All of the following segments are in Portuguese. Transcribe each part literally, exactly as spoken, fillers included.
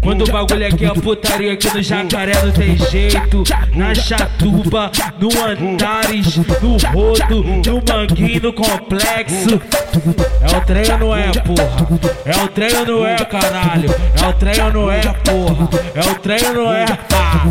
Quando o bagulho aqui é putaria, aqui no Jacaré não tem jeito. Na Chatuba, no Antares, no Rodo, no Manguinho, no Complexo. É o trem ou não é, porra? É o trem ou não é, caralho? É o trem ou não é, porra? É o trem ou não é? Ah.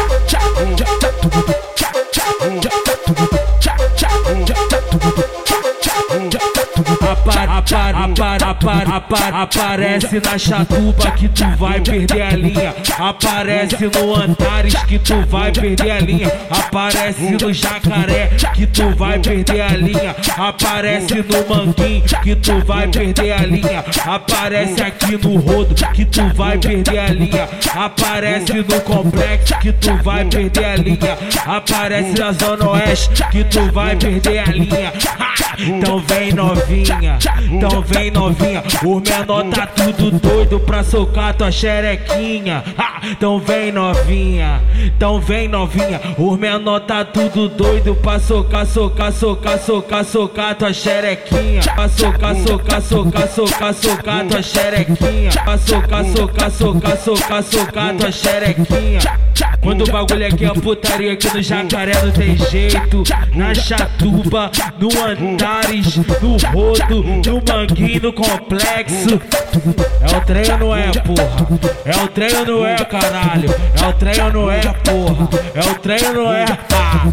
Apar, apar, apar, apar, apar, aparece na Chatuba que tu vai perder a linha. Aparece no Antares que tu vai perder a linha. Aparece no Jacaré que tu vai perder a linha. Aparece no Manguinho que tu vai perder a linha. Aparece aqui no Rodo que tu vai perder a linha. Aparece no Complexo que tu vai perder a linha. Aparece na Zona Oeste que tu vai perder a linha. Então vem novinha, então vem novinha. O menor tá tudo doido pra socar tua xerequinha. Então vem novinha, então vem novinha. O menor tá tudo doido pra socar, socar, socar, socar, socar tua xerequinha. Pra socar, socar, socar, socar, socar tua xerequinha. Pra socar, socar, socar, socar, socar tua xerequinha. Quando o bagulho aqui é putaria, aqui no Jacaré não tem jeito. Na Chatuba, no Antares, no Rodo, no Manguinho, no Complexo. É o trem ou não é, porra? É o trem ou não é, caralho? É o trem ou não é, porra? É o trem ou não é? Ah.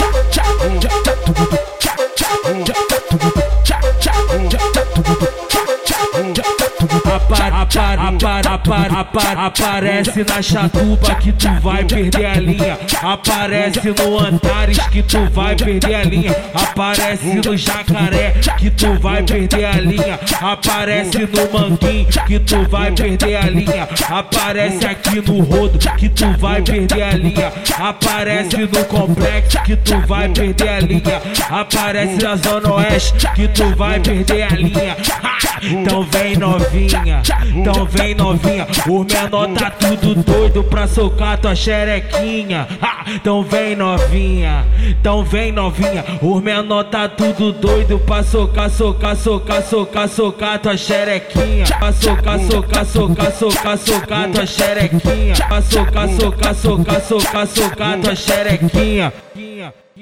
Apar, apar, apar, apar, apar, aparece na Chatuba que tu vai perder a linha. Aparece no Antares que tu vai perder a linha. Aparece no Jacaré que tu vai perder a linha. Aparece no Manguinho que tu vai perder a linha. Aparece aqui no Rodo que tu vai perder a linha. Aparece no Complexo que tu vai perder a linha. Aparece na Zona Oeste que tu vai perder a linha. Então vem novinha, então vem novinha. O menor tá tudo doido pra socar tua xerequinha. Então vem novinha, então vem novinha. O menor tá tudo doido pra socar, socar, socar, socar, socar tua xerequinha. Pra socar, socar, socar, socar, socar tua xerequinha. Pra socar, socar, socar, socar, socar tua xerequinha.